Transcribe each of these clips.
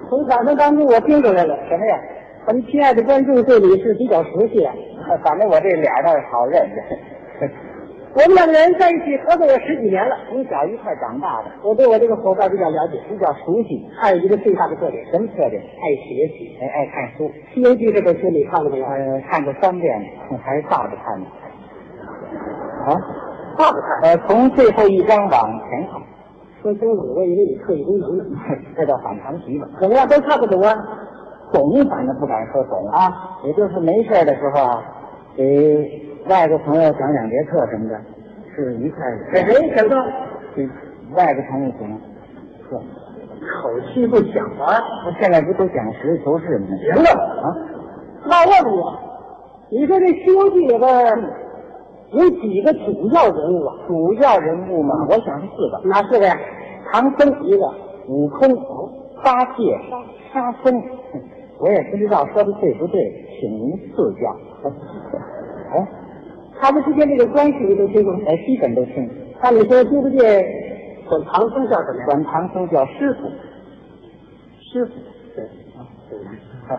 从掌声当中我听出来了， 什么呀？ 我们亲爱的观众对你是比较熟悉啊。 反正我这脸倒是好认识。 我们两个人在一起合作了10几年了， 从小一块长大的， 我对我这个伙伴比较了解，比较熟悉。还有一个最大的特点， 什么特点？ 爱学习， 爱看书。 《西游记》这本书你看过没有？ 看过3遍，还是倒着看的。啊， 倒着看。 从最后一章往前看。 说清楚，我以为你特异功能呢。 这叫反常习吧？ 怎么样，都看不懂啊？ 懂反正不敢说懂啊，也就是没事的时候啊，给外国朋友讲2节课什么的，是一块儿。 给谁讲课？ 给外国朋友讲课。 口气不小啊！ 我现在不都讲实事求是吗？ 行了啊，那问我，你说这《西游记》里边有几个主要人物啊？ 主要人物嘛，我想是4个。 哪4个呀？ 唐僧1个，悟空、八戒、沙僧。我也不知道说的对不对，请您赐教。 他们之间这个关系你都清楚？ 基本都清楚。 那你说猪八戒管唐僧叫什么呀？ 管唐僧叫师傅。师傅，对啊，对。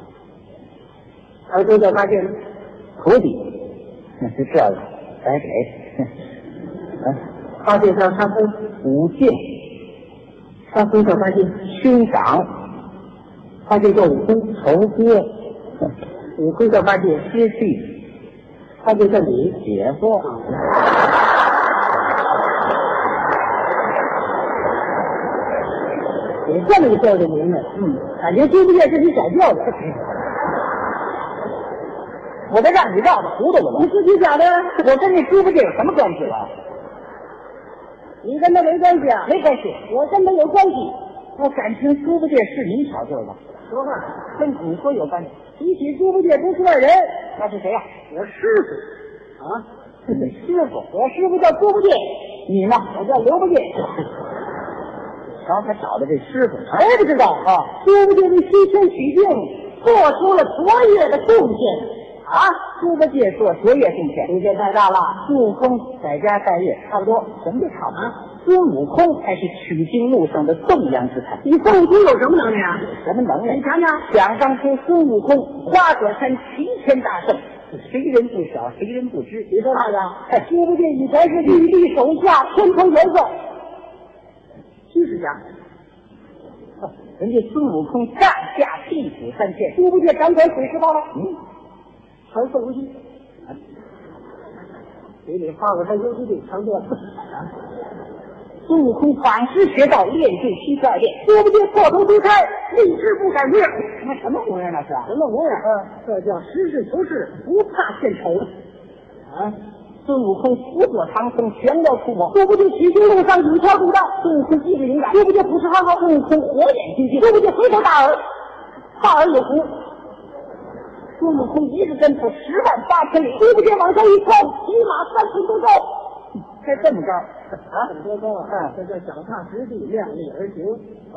唐僧叫八戒呢？ 徒弟，是这个，白给。 八戒叫沙僧， 武戒。 沙僧叫八戒， 兄长。 八戒叫悟空， 仇哥。 悟空叫八戒， 师弟。 八戒叫你姐夫。 也这么一叫就明白了。感觉猪八戒是你改掉的。 我这让你绕的糊涂了吧？ 你自己讲的。 我跟那猪八戒有什么关系啊？ 你跟他没关系啊？ 没关系， 我跟他有关系。 我感情猪八戒是您巧劲儿吧？ 说话跟你说有关系。 比起猪八戒不是外人， 那是谁呀？ 我师傅啊， 你师傅？ 我师傅叫猪八戒， 你呢？ 我叫刘八戒。 瞧他找的这师傅， 谁不知道啊？猪八戒为西天取经，做出了卓越的贡献。 猪八戒做卓越贡献， 贡献太大了。 孙悟空在家待业，差不多，什么都差不多。孙悟空才是取经路上的栋梁之才。 你孙悟空有什么能力啊？ 什么能力？ 你讲讲。 想当初孙悟空花果山齐天大圣，谁人不晓，谁人不知。 你说他的？猪八戒以前是玉帝手下天蓬元帅，知识家。 人家孙悟空战下地府3千， 猪八戒掌管水师报了。传送无锡，给你花果山游击队强多了。 孙悟空反师学道，练就72变。 猪八戒破头出差，立志不改模样。 那什么模样那是？ 什么模样？这叫实事求是，不怕献丑。 孙悟空辅佐唐僧，全要出谋。 猪八戒取经路上有条不道， 孙悟空机智勇敢。 猪八戒不识好好， 孙悟空火眼金睛。 猪八戒回头大耳，大耳有福。 孙悟空一个跟头108000里， 猪八戒往上一跳，起码3寸多高， 才这么高这么多高啊！这叫脚踏实地，量力而行。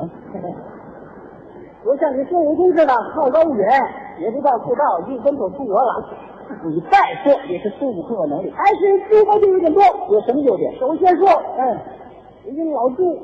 不像你孙悟空似的好高骛远，也不知道不道，一跟头出国了。 你再说也是孙悟空有能力， 还是猪八戒有点多。 有什么优点？ 首先说，人老猪，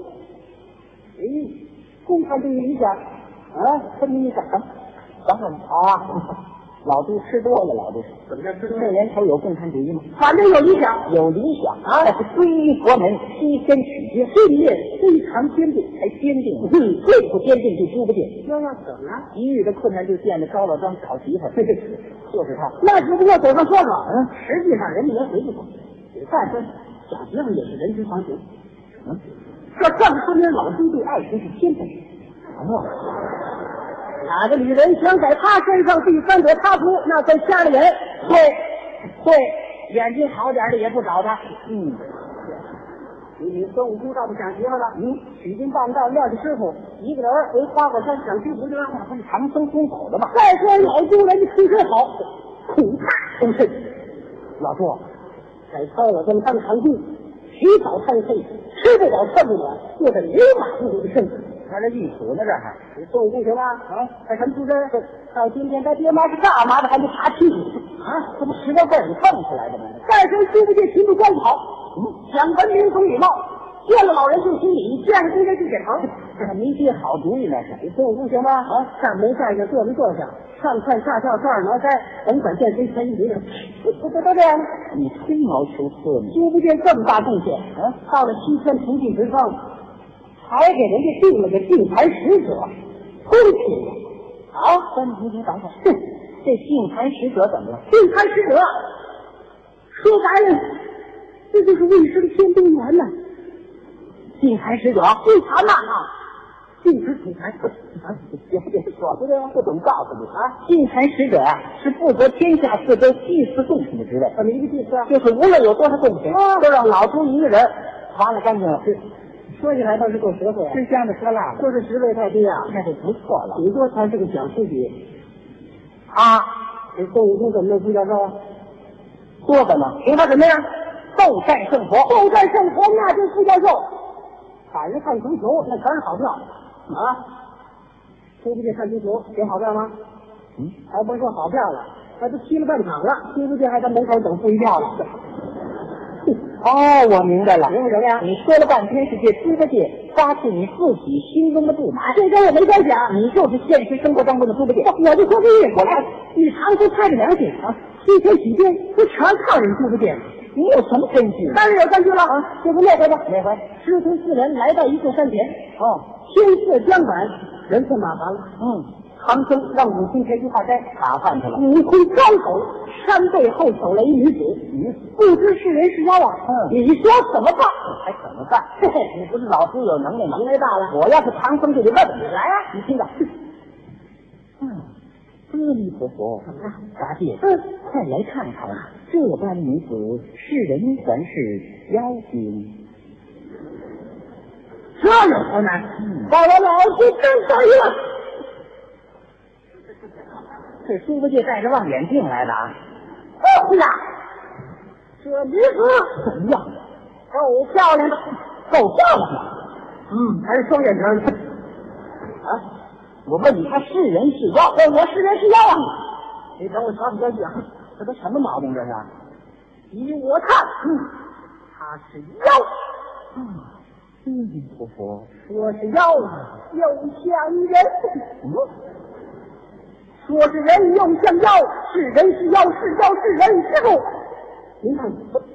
共产主义理想什么意思？ 等等老猪吃多了，老猪怎么叫吃多了？ 这年头有共产主义吗？ 反正有理想， 有理想但是皈依佛门，西天取经， 信念非常坚定， 才坚定。最不坚定就猪八戒， 要怎么了？ 一遇到困难就见着高老庄找媳妇儿，就是他。 那只不过走上说说，实际上人家也回不过。再说小媳妇也是人之常情。这正说明老猪对爱情是天真。哪个女人想在他身上第3者插足，那算瞎了眼。 对，眼睛好点的也不找他。 你孙悟空倒不想媳妇了。取经办道撂下师傅，一个人回花果山享清福去了。 不是唐僧空口的吗？ 再说老猪人家出身好，苦大仇深。老猪在操我这么当长工，起早贪黑，吃不饱穿不暖，过着牛马不如的生活。 他这一杵呢，这还你孙悟空行吗？他什么出身？到今天他爹妈是干嘛的，还没爬屁股这不石头棍儿你蹦出来的吗？ 再说猪八戒勤不光跑，讲文明懂礼貌， 见了老人就行礼，见了中间就点头。 您这好主意那是， 你听我不行吗？啊，上没下去，坐没坐下，上窜下跳，抓耳挠腮，甭管见谁全一人，不都这样吗？ 你吹毛求疵呢？ 就不见这么大贡献。到了7天平地之上，还给人家定了个净坛使者，恭喜了。好， 您等会儿，这净坛使者怎么了？ 净坛使者，说白了，这就是卫生天东元呐。 净坛使者， 净坛呐净止土坛。 别说，不懂告诉你啊！净坛使者啊，是负责天下四周祭祀贡品的职位。 怎么一个祭祀啊？ 就是无论有多少贡品，都让老朱一个人划了干净了。 说起来倒是够实惠， 吃香的喝辣的， 就是职位太低啊， 那就不错了。 顶多才是个讲书记啊！ 这动物中怎么没副教授啊？ 多着呢，凭他什么呀？斗战胜佛， 斗战胜佛，那就是副教授。反着看足球，那全是好票啊！出不去看足球，有好票吗？还甭说好票了，那都踢了半场了，出不去还在门口等付一票了。 哦，我明白了， 明白什么呀？ 你说了半天是这猪八戒发自你自己心中的不满， 这跟我没关系啊！ 你就是现实生活当中的猪八戒。 我就说这意思，我来，你常说拍着良心啊，7天几天不全靠人猪八戒吗？ 你有什么根据？ 当然有根据了啊！就是那回吧， 哪回？ 师徒4人来到一座山前，天色将晚，人困马乏了。唐僧让母亲前去化斋， 打饭去了。 悟空张口，山背后走来一女子，不知是人是妖啊！你说怎么办？ 还怎么办？嘿嘿，你不是老猪有能耐吗？ 能耐大了。 我要是唐僧就得问你来啊！你听着。阿弥陀佛，八戒，快来看看这般女子是人还是妖精？ 这有何难？把我老师真可以了。 这猪八戒戴着望远镜来的啊！ 哎呀，这女子怎么样？ 够漂亮的， 够漂亮的。 还是双眼皮啊！我问你，他是人是妖？ 我是人是妖啊！你等我瞧瞧关系啊！ 这都什么毛病这是？ 依我看，他是妖。 阿弥陀佛， 说是妖，又像人；说是人，又像妖。是人是妖，是妖是人，师傅，您看，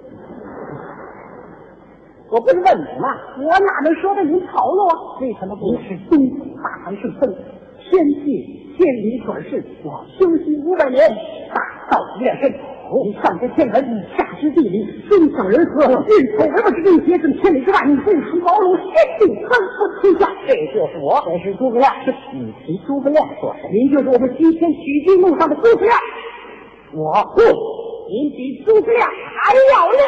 我不是问你吗？ 我哪能说的您讨论啊？ 为什么不您是东土大唐圣僧，天界千里转世，我修习500年，大道炼身。你上知天文，下知地理，心想人和，运筹帷幄之中，节省千里之外，你不出茅庐，先定三分天下。 这就是我，这是诸葛亮。你提诸葛亮说什么？ 您就是我们西天取经路上的诸葛亮。 我不，您比诸葛亮还要亮。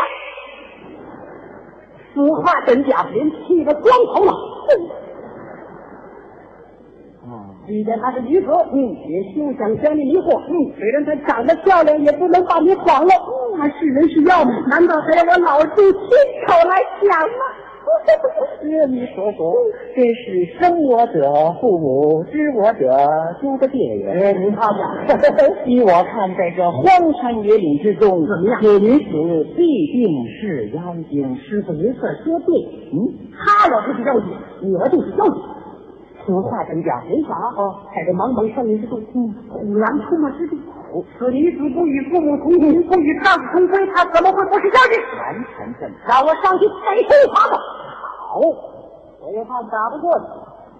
此话怎讲？连气得光头了。即便她是女子，也休想将你迷惑。虽然她长得漂亮，也不能把你晃了。她是人是妖，难道还要我老猪亲口来讲吗？ 阿弥陀佛，真是生我者父母，知我者猪八戒也。 您夸奖。 依我看，在这荒山野岭之中， 怎么样？ 这女子必定是妖精。 师傅，您算说对。她要不是妖精，我就是妖精。 此话怎讲？ 没法在这茫茫山林之中，忽然出没之地，此女子不与父母同行，不与丈夫同归，她怎么会不是妖精？ 完全正确。 让我上去逮捕她吧。好，我也怕打不过你。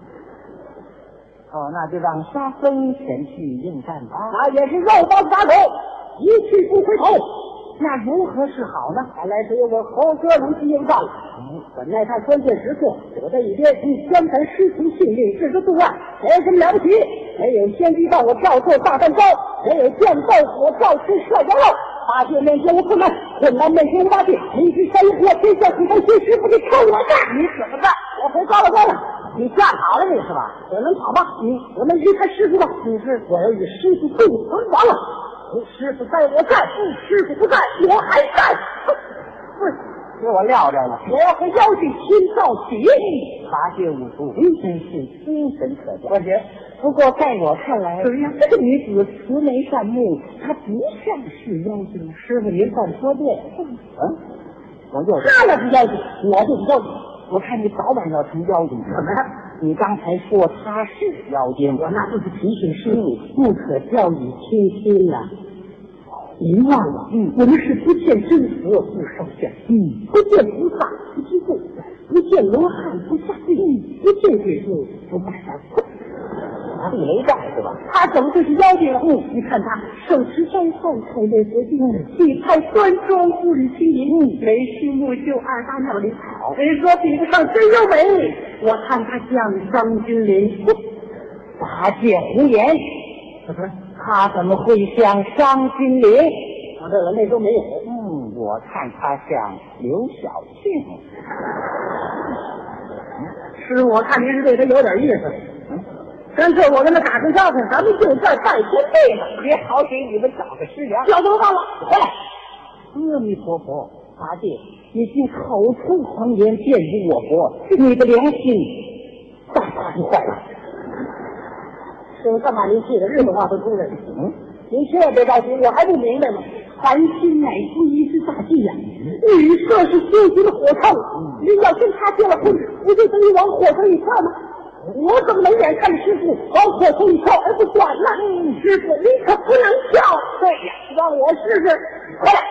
那就让沙僧前去应战吧。 那也是肉包子打狗，一去不回头。 那如何是好呢？ 看来只有我猴哥能去应战了。本来他关键时刻躲在一边，宣传师徒性命，置之度外，没什么了不起。没有先知道我照做大蛋糕，没有见豆腐我照吃涮羊肉。八戒面前无困难，困难面前无八戒。明知山河天下苦难，学师傅你看我干，你怎么办？我回高了高了。你吓跑了你是吧？我能跑吗？我能离开师傅吗？我要与师傅共存亡了。师傅在我在，师傅不在我还在。 给我撂这了！ 我要和妖精亲到底。 八戒五徒真是精神可嘉。不过在我看来，这个女子慈眉善目，她不像是妖精。 师傅您算说对。 我又他要是妖精，我就是妖精。 我看你早晚要成妖精。 怎么了？ 你刚才说他是妖精， 我那就是提醒师傅不可掉以轻心了。您忘了，我们是不见真佛不烧香，不见菩萨不鞠躬，不见罗汉不下地，不见鬼神不拜山。 地雷战是吧？ 他怎么就是妖精了？你看他手持山饭，口内佛经，体态端庄，步履轻盈，眉须目秀，二八妙龄，谁说比不上真优美？我看他像张君临。 八戒胡言，他怎么会像张君临？ 我这个那都没有。 我看他像刘晓庆。 师傅，我看您是对他有点意思。干脆我跟他打声招呼，咱们就这儿拜天地嘛， 也好给你们找个师娘。 要怎么办了？ 回来！阿弥陀佛，八戒，你竟口出狂言，玷辱我国，你的良心大大的坏了。 师傅，干嘛您气的日本话都出来了？您千万别着急，我还不明白吗？凡心乃是一之大忌呀，女色是修行的火臭，你要跟他结了婚，不就等于往火坑里跳吗？我怎么能眼看着师傅往火坑里跳而不管呢？师傅，你可不能跳！对呀，让我试试。回来，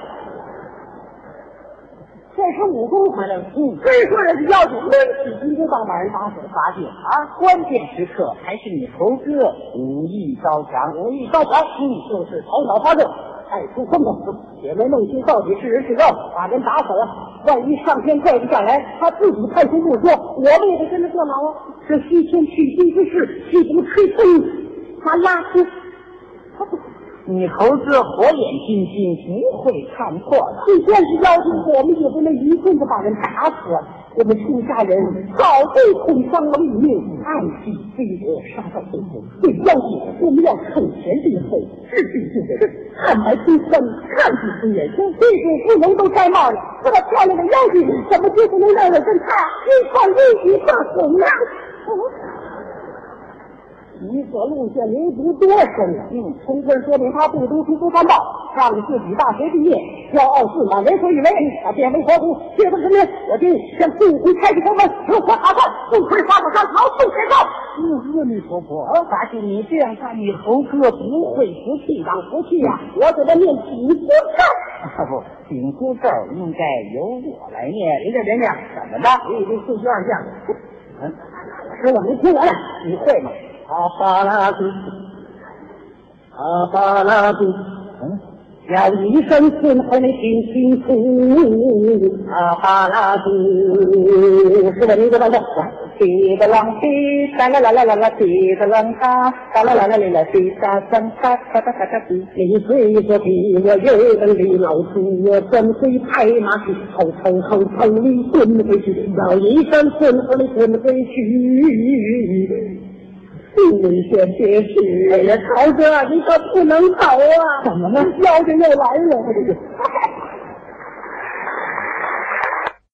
这是武功回来了。虽说人是妖精，抡起金箍棒把人打死了。 八戒关键时刻还是你猴哥武艺高强， 就是头脑发热，爱出风头，也没弄清到底是人是妖，把人打死了。万一上天拽不下来，他自己派出不说，我们也得跟着做毛啊！这西天取经之事，岂不吹风？他拉出， 你猴哥火眼金睛，不会看错的。 即便是妖精，我们也不能一棍子把人打死。我们出家人早被恐伤了一命，爱惜非我，杀到最后。对妖精，我们要口前立后，治病救人，看白推穿，看不出眼睛，地主不能都摘帽了。这么漂亮的妖精，怎么就不能让我跟他一块一起上红呢？你所路线没读多深，充分说明他不读书不看报，上了自己大学毕业，骄傲自满，为所欲为，他变为佛祖，借不成年。我今向杜回开启国门，如何打算？杜回发火上朝，宋天告。 阿弥陀佛，八戒，你这样干，你猴哥不会服气的。 服气呀！我给他念紧箍咒。 不，紧箍咒应该由我来念。 人家怎么的？你已经42项。师傅，您听我的， 你会吗？ 阿巴拉杜，阿巴拉杜，要一声孙还没听清楚。阿巴拉杜，师傅您给我说，滴的啷滴，哒啦啦啦啦啦，滴的啷哒，哒啦啦啦啦啦，滴哒声哒哒哒哒哒滴。你虽说比我有本领，老猪我怎会拍马去？吼你滚回去！要一声孙和你滚回去。你先别去！哎呀，曹哥，你可不能走啊！ 怎么了？ 妖精又来了！